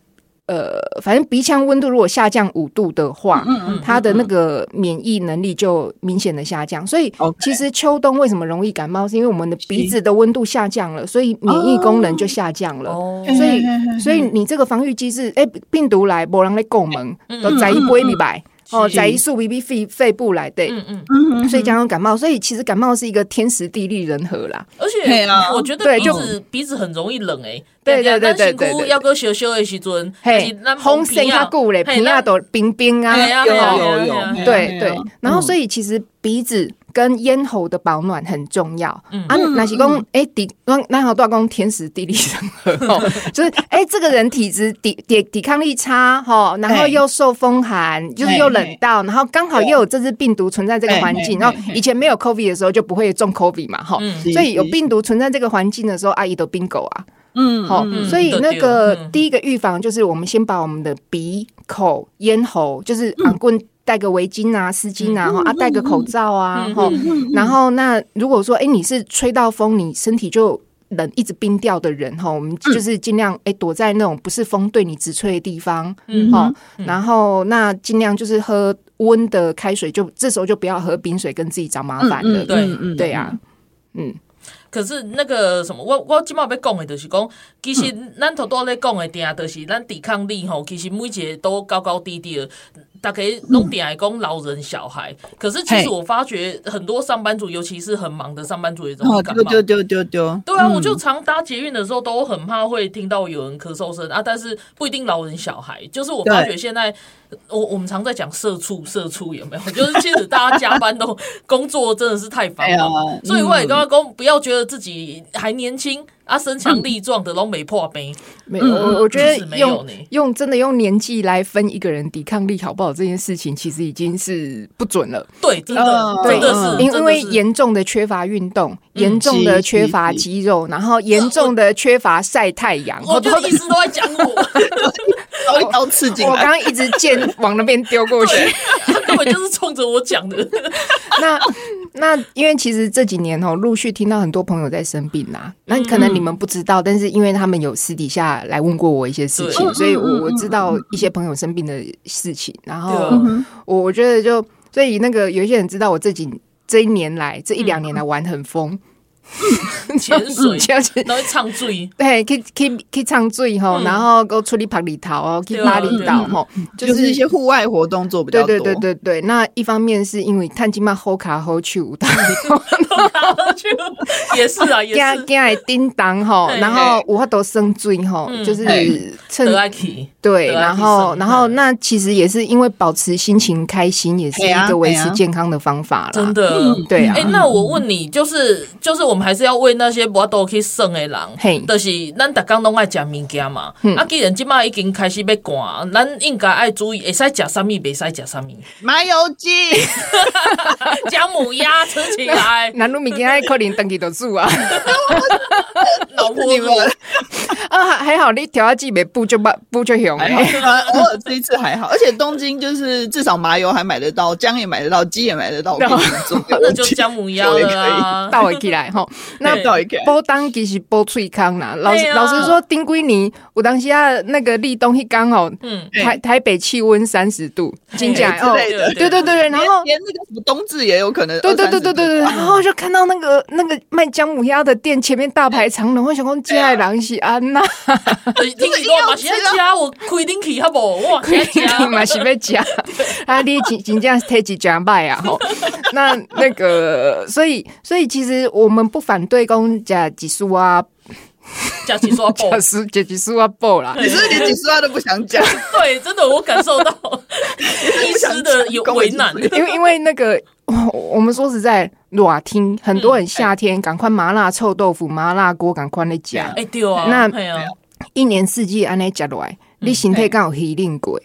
呃，反正鼻腔温度如果下降五度的话，嗯嗯，它的那个免疫能力就明显的下降。所以其实秋冬为什么容易感冒，是因为我们的鼻子的温度下降了，所以免疫功能就下降了。哦、所以所以你这个防御机制，哎、欸，病毒来，没人来拱门，都在一杯里来。哦，在一束 B B 肺肺部来对，嗯嗯，所以加上感冒，所以其实感冒是一个天时地利人和啦。 而且我觉得鼻子鼻子很容易冷诶、欸， 对对对对对对， 要个烧烧的时阵， 嘿，风扇较久咧，鼻啊都冰冰啊， 有有有， 对对。然后所以其实鼻子跟咽喉的保暖很重要。啊，那是讲哎，抵那好多讲天时地利人和哦，就是哎，这个人体质抵抵抵抗力差哈，然后又受风寒，就是又冷到，然后刚好又有这只病毒存在这个环境，然后以前没有 COVID 的时候就不会中 COVID 嘛哈，所以有病毒存在这个环境的时候，阿姨都bingo啊。嗯，好、哦，所以那个第一个预防就是我们先把我们的鼻、口、咽喉，就是耳棍戴个围巾啊、丝巾啊，哈、嗯、啊戴个口罩啊，哈、嗯，然后那如果说哎、欸、你是吹到风，你身体就冷一直冰掉的人哈，我们就是尽量哎、欸、躲在那种不是风对你直吹的地方，嗯，好，然后那尽量就是喝温的开水，就这时候就不要喝冰水，跟自己找麻烦了， 嗯嗯、对，嗯对啊，嗯。 可是那个什么，我我今麦要讲的就是讲，其实咱头多咧讲的定，就是咱抵抗力吼，其实每一个都高高低低的。大家拢定来讲老人小孩，可是其实我发觉很多上班族，尤其是很忙的上班族也容易感冒。 丢丢丢丢对啊，我就常搭捷运的时候都很怕会听到有人咳嗽声啊，但是不一定老人小孩。就是我发觉现在，我我们常在讲社畜，社畜有没有？就是其实大家加班都工作真的是太繁忙，哎、所以我也刚刚讲，不要觉得自己还年轻。啊，身强力壮的都没破杯， 没有。我我觉得用用真的用年纪来分一个人抵抗力好不好这件事情，其实已经是不准了。 对，真的，呃、真的是， 因为严重的缺乏运动，严、嗯、重的缺乏肌肉，然后严重的缺乏晒太阳。 我觉得医师都在讲我， 一刀刺进来。 我刚刚一直剑往那边丢过去， 他根本就是冲着我讲的。 那那因为其实这几年哦，陆续听到很多朋友在生病啦，那可能你们不知道，但是因为他们有私底下来问过我一些事情，所以我我知道一些朋友生病的事情。然后我我觉得就所以那个有一些人知道我这几这一年来这一两年来玩很疯。 潜水，然后唱水， 对，去去去唱水吼，然后go出去拍里头哦，去巴厘岛吼， 就是一些户外活动做比较多。 对对对对对，那一方面是因为探金嘛好卡好去， 好卡好去，也是啊，也是。 惊惊的叮当吼，然后有法度生水吼，就是趁对，然后然后那其实也是因为保持心情开心，也是一个维持健康的方法啦。 真的， 对啊。 哎，那我问你，就是就是我们还是要为那些无都去耍的人，就是咱逐工拢爱食物件嘛。嗯、啊，既然即马已经开始要寒，咱应该爱注意，会使食啥物，袂使食啥物。 麻油鸡、 姜母鸭吃起来， 南路物件可能登记就煮啊。 老婆子啊，还好你调下剂没布就不布就红。 还好，偶尔这一次还好，而且东京就是至少麻油还买得到，姜也买得到，鸡也买得到， 那就姜母鸭了啊， 倒回起来吼。那补当其实补喙康啦，老实、啊、老实说，顶几年有当时啊，那个立冬一刚好，嗯，台台北气温三十度，真假哦，对对对对，然后连那个什么冬至也有可能， 对对对对对对，然后就看到那个那个卖姜母鸭的店前面大排长龙，我想讲这的人是安娜， 听你说嘛是要吃，我开顶去好不？哇， 开顶去嘛是要吃，啊，你真真正体质真歹啊吼，那那个，所以所以其实我们不反对讲吃几束啊。 加几束啊爆， 加几束啊爆啦！ 你是不是连几束啊都不想讲？ 对，真的，我感受到医师的有为难， 因为因为那个，我们说实在，热天很多人夏天赶快麻辣臭豆腐、麻辣锅赶快来吃， 哎对啊， 那一年四季安尼吃落来，你身体刚有虚冷过。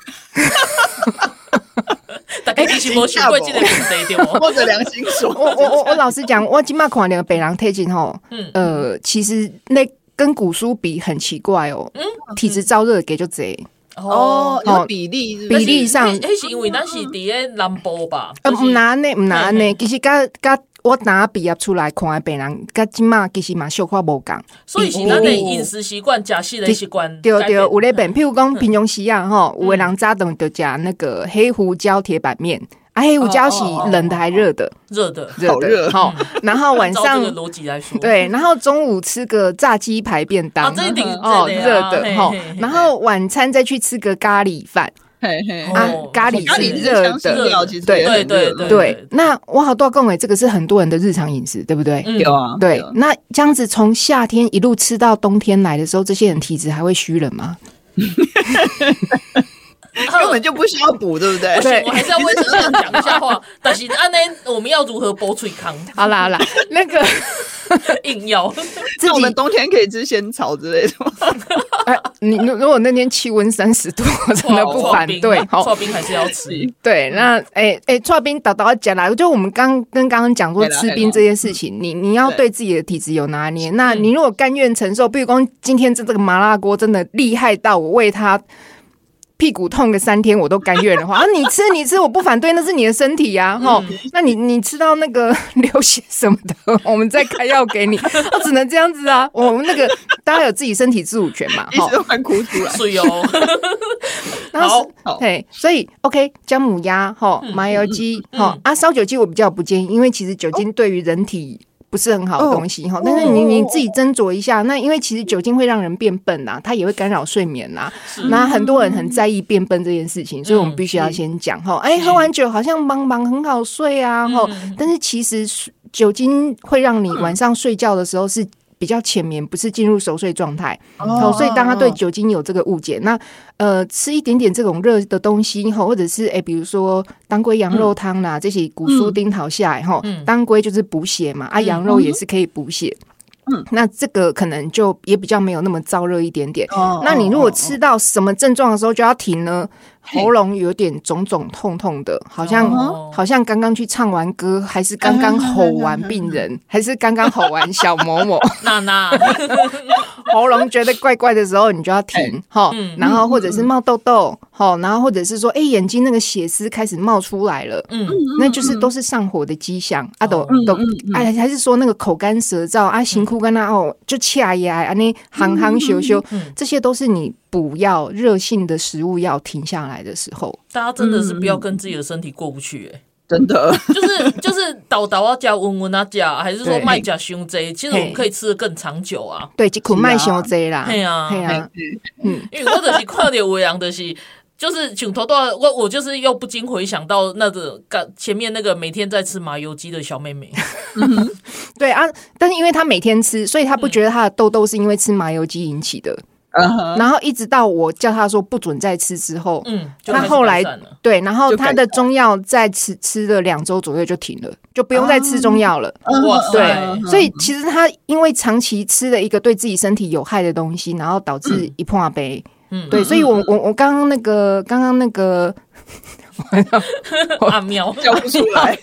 大概其实没想过这个问题，对吗？ 摸着良心说， 我我我我老实讲，我今麦看了北人体质吼，呃，其实那跟古书比很奇怪哦，嗯、体质燥热给就贼。 哦，有比例是不是比例上， 那是因为咱是伫咧南部吧？ 呃，唔拿呢，唔拿呢，其实甲甲我拿毕业出来看的病人，跟今嘛其实嘛小可无共， 所以是咱的饮食习惯、食食的习惯， 对对，有咧变。譬如讲平常时啊，吼，有的人早顿就食那个黑胡椒铁板面。啊，黑胡椒是冷的还热的？ 热的， 热的。好，然后晚上照这个逻辑来说， 对，然后中午吃个炸鸡排便当， 啊，这一定哦热的哈。然后晚餐再去吃个咖喱饭，啊，咖喱是热的， 对对对对对。那我好多讲诶，这个是很多人的日常饮食，对不对？ 有啊， 对。那这样子从夏天一路吃到冬天来的时候，这些人体质还会虚冷吗？ 根本就不需要补，对不对？ 对，我还是要为这样讲一下话。但是按呢，我们要如何补水康？ 好啦好啦，那个硬要， 那我们冬天可以吃仙草之类的吗？ 哎，你如果那天气温三十度，我真的不反对。 好，刨冰还是要吃。 对，那哎哎，刨冰倒倒讲啦，就我们刚跟刚刚讲说吃冰这件事情，你你要对自己的体质有拿捏。那你如果甘愿承受，比如说今天这这个麻辣锅真的厉害到我为它屁股痛个三天我都甘愿的话，啊，你吃你吃我不反对，那是你的身体呀，啊，嗯，那你你吃到那个流血什么的，我们再开药给你，我只能这样子啊。我们那个大家有自己身体自主权嘛， 一直都快哭出来， 是哦。 然后对，所以 OK， 姜母鸭、哈麻油鸡、哈啊烧酒鸡我比较不建议，因为其实酒精对于人体不是很好的东西哈，哦，但是你你自己斟酌一下。那因为其实酒精会让人变笨啦，它也会干扰睡眠啦。那很多人很在意变笨这件事情，所以我们必须要先讲哈。哎，喝完酒好像茫茫很好睡啊哈，嗯，但是其实酒精会让你晚上睡觉的时候是比较浅眠，不是进入熟睡状态，哦，所以大家对酒精有这个误解。那呃，吃一点点这种热的东西，或者是哎，比如说当归羊肉汤啦，嗯，这些古苏丁桃下来，嗯，当归就是补血嘛，啊，羊肉也是可以补血。嗯，那这个可能就也比较没有那么燥热一点点。哦，那你如果吃到什么症状的时候就要停呢？喉咙有点肿肿痛痛的，好像，哦，好像刚刚去唱完歌，还是刚刚吼完病人，还是刚刚吼完小某某娜娜， 喉咙觉得怪怪的时候，你就要停，哈，嗯，然后或者是冒痘痘，哈，然后或者是说，哎，眼睛那个血丝开始冒出来了，嗯，那就是都是上火的迹象，啊，都都，哎，还是说那个口干舌燥啊，辛苦跟他哦，就掐呀，啊，那行行羞羞，这些都是你补药热性的食物要停下来的时候， 大家真的是不要跟自己的身体过不去，欸， 真的就是就是倒倒要加温温啊加，还是说卖加胸贼？其实我们可以吃得更长久啊。 对，一捆卖胸贼啦。 对啊， 对啊， 嗯，因为我就是看到有人就是就是从头到我我就是又不禁回想到那个前面那个每天在吃麻油鸡的小妹妹。 嗯，对啊，但是因为她每天吃，所以她不觉得她的痘痘是因为吃麻油鸡引起的。Uh-huh. 然后一直到我叫他说不准再吃之后，嗯，他后来对，然后他的中药在吃吃了两周左右就停了，就不用再吃中药了。哇，uh-huh. 对， uh-huh. 所以其实他因为长期吃了一个对自己身体有害的东西，然后导致一破杯。嗯，对，所以我我我刚刚那个刚刚那个阿喵叫不出来，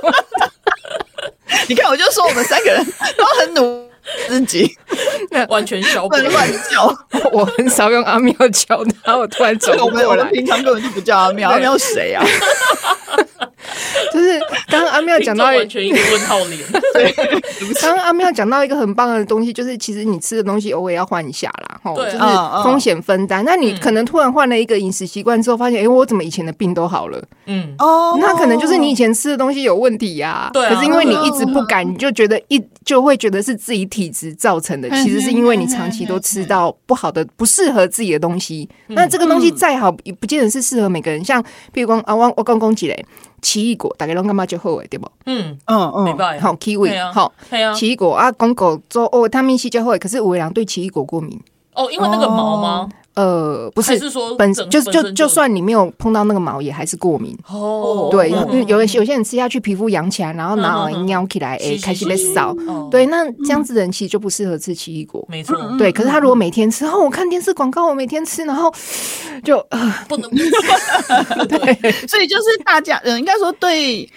你看我就说我们三个人都很努。自己完全小本乱叫， 我很少用阿喵叫他，我突然走不过来。 我们平常根本就不叫阿喵，阿喵谁啊？ 就是刚刚阿喵讲到完全一个问号脸。 对，刚刚阿喵讲到一个很棒的东西，就是其实你吃的东西偶尔要换一下啦， 对， 就是风险分担。那你可能突然换了一个饮食习惯之后，发现哎，我怎么以前的病都好了？嗯，哦，那可能就是你以前吃的东西有问题呀。对，可是因为你一直不改，你就觉得一就会觉得是自己体质造成的，其实是因为你长期都吃到不好的、不适合自己的东西。那这个东西再好，不见得是适合每个人。像比如说啊，我我讲讲一个奇异果，大家拢感觉就好诶，对不？ 嗯嗯嗯，明白。 好 ，kiwi， 好，奇异果啊，讲果做哦，他们是就好，可是有的人对奇异果过敏。 哦，因为那个毛吗？ 呃，不是， 是说本就就就算你没有碰到那个毛，也还是过敏。哦，对，嗯、有有些人吃下去皮肤痒起来，然后拿咬起来，哎，开始被烧。对，那这样子的人其实就不适合吃奇异果。 没错， 对。可是他如果每天吃，哦，我看电视广告，我每天吃，然后就、呃、 不能不吃。 对，所以就是大家，嗯，应该说对。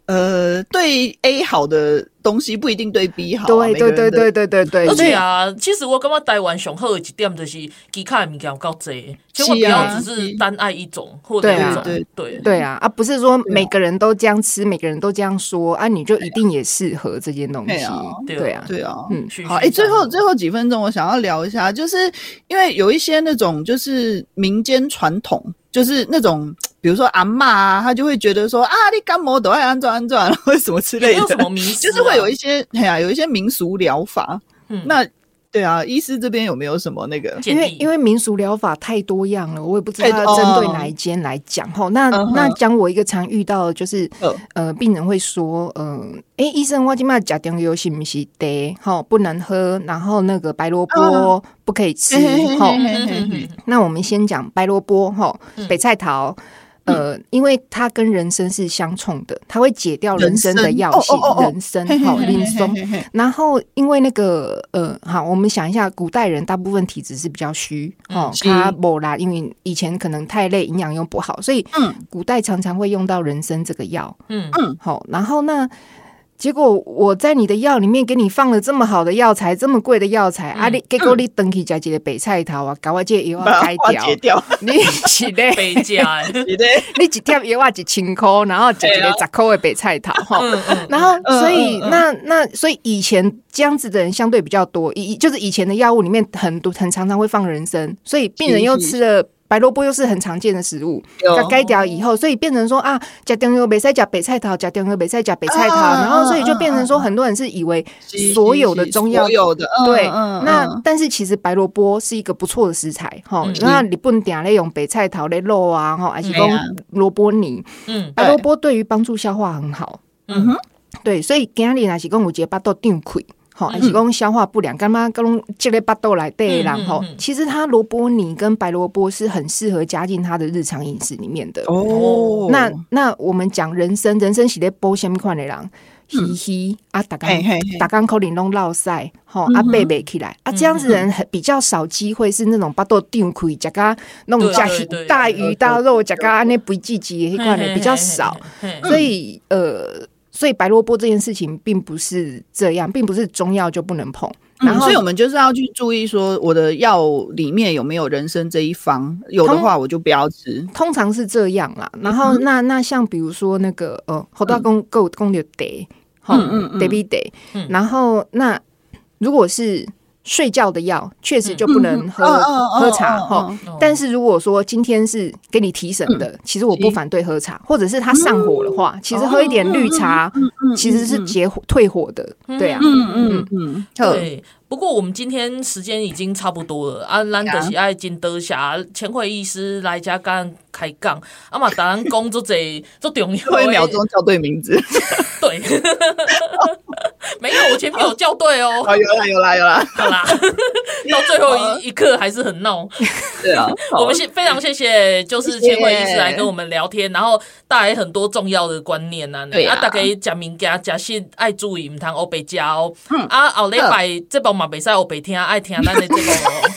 呃，对 A 好的东西不一定对 B 好、啊。 对对对对对对对。 而且啊，其实我感觉台湾上好的一点就是其他的物件有够多，千万不要只是单爱一种或者一种。 对对对对啊啊，不是说每个人都这样吃，每个人都这样说啊，你就一定也适合这件东西。对啊， 对啊， 嗯， 好，哎、欸，最后最后几分钟，我想要聊一下，就是因为有一些那种就是民间传统。就是那种，比如说阿嬷啊，她就会觉得说啊，你干嘛都爱安装安装，或者什么之类的， 有什么迷思、啊？ 就是会有一些，哎呀，有一些民俗疗法。嗯，那对啊，医师这边有没有什么那个？ 因为因为民俗疗法太多样了，我也不知道要针对哪一间来讲哈、哦。那、嗯、那讲我一个常遇到的就是，嗯、呃，病人会说，嗯、呃，哎，医生，我今麦吃中药是不是得哈不能喝，然后那个白萝卜不可以吃哈。那我们先讲白萝卜哈，北菜桃。呃，因为它跟人参是相冲的，它会解掉人参的药性，人参好林松。然后因为那个呃，好，我们想一下，古代人大部分体质是比较虚，哦，他没啦，因为以前可能太累，营养又不好，所以古代常常会用到人参这个药。嗯嗯，好，然后那。结果我在你的药里面给你放了这么好的药材，这么贵的药材、嗯、啊！你结果你登去吃一个白菜头啊，搞我这药啊改掉，你是咧白加， 你一条药啊一千块，然后吃一个十块的白菜头哈、嗯嗯，然后所以、嗯、那那所以以前这样子的人相对比较多，以就是以前的药物里面很多很常常会放人参，所以病人又吃了。白萝卜又是很常见的食物，改掉以后，所以变成说啊，吃中药不可以吃白菜头，吃中药不可以吃白菜头、啊，然后所以就变成说，很多人是以为所有的中药有的对， 嗯、 那、嗯、但是其实白萝卜是一个不错的食材哈、嗯，那你不能点来用白菜头的肉啊，哈，还是用萝卜泥，嗯，白萝卜对于帮助消化很好，嗯哼，对，所以今日若是讲有一个巴肚胀气。好，还是讲消化不良，干嘛跟这类巴豆来对然后，其实它萝卜泥跟白萝卜是很适合加进它的日常饮食里面的。哦，那那我们讲人参，人参是在煲什么款的人？嘻嘻啊，大家大家口里弄落塞，吼啊背背起来啊，这样子人很比较少机会是那种巴肚胀气，加个那种加大鱼大肉，加个安尼不积极的款的比较少，所以呃。所以白萝卜这件事情并不是这样，并不是中药就不能碰。然后、 嗯，所以我们就是要去注意说，我的药里面有没有人参这一方，有的话我就不要吃。 通常是这样啦。然后那那像比如说那个呃，好多公够公的得，嗯嗯嗯，得必得。然后那如果是睡觉的药确实就不能喝、嗯、喝茶哈、嗯嗯，但是如果说今天是给你提神的、嗯，其实我不反对喝茶，或者是它上火的话，嗯、其实喝一点绿茶、嗯、其实是解火退火的， 嗯、 对啊， 嗯嗯嗯， 对。不过我们今天时间已经差不多了啊，咱就是爱金德霞千惠医师来家干开讲，啊嘛，当然讲做这做重要的， 一秒钟叫对名字， 对，没有，我前面有校对哦， 哦，有啦有啦有啦， 好啦，到最后一一刻还是很闹， 对啊， 我们非常谢谢，就是千惠医师来跟我们聊天，然后带来很多重要的观念啊，对啊，大家吃物件吃食爱注意，唔通黑白食哦，嗯、啊，后礼拜这部嘛袂使黑白听，爱听咱的这部哦。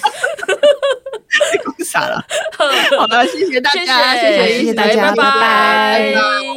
讲啥了？好了，谢谢大家， 谢谢谢谢大家，拜拜。 拜拜。